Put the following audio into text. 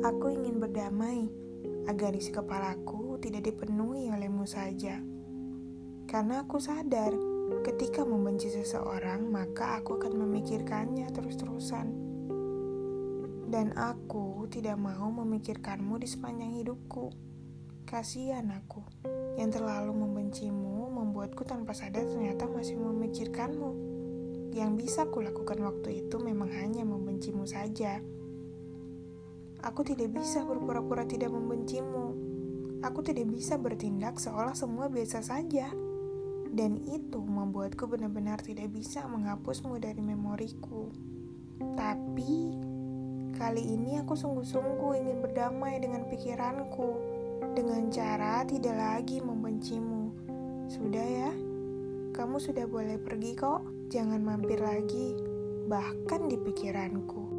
Aku ingin berdamai, agar isi kepalaku tidak dipenuhi olehmu saja. Karena aku sadar, ketika membenci seseorang, maka aku akan memikirkannya terus-terusan. Dan aku tidak mau memikirkanmu di sepanjang hidupku. Kasihan aku, yang terlalu membencimu membuatku tanpa sadar ternyata masih memikirkanmu. Yang bisa kulakukan waktu itu memang hanya membencimu saja. Aku tidak bisa berpura-pura tidak membencimu. Aku tidak bisa bertindak seolah semua biasa saja. Dan itu membuatku benar-benar tidak bisa menghapusmu dari memoriku. Tapi, kali ini aku sungguh-sungguh ingin berdamai dengan pikiranku. Dengan cara tidak lagi membencimu. Sudah ya, kamu sudah boleh pergi kok. Jangan mampir lagi, bahkan di pikiranku.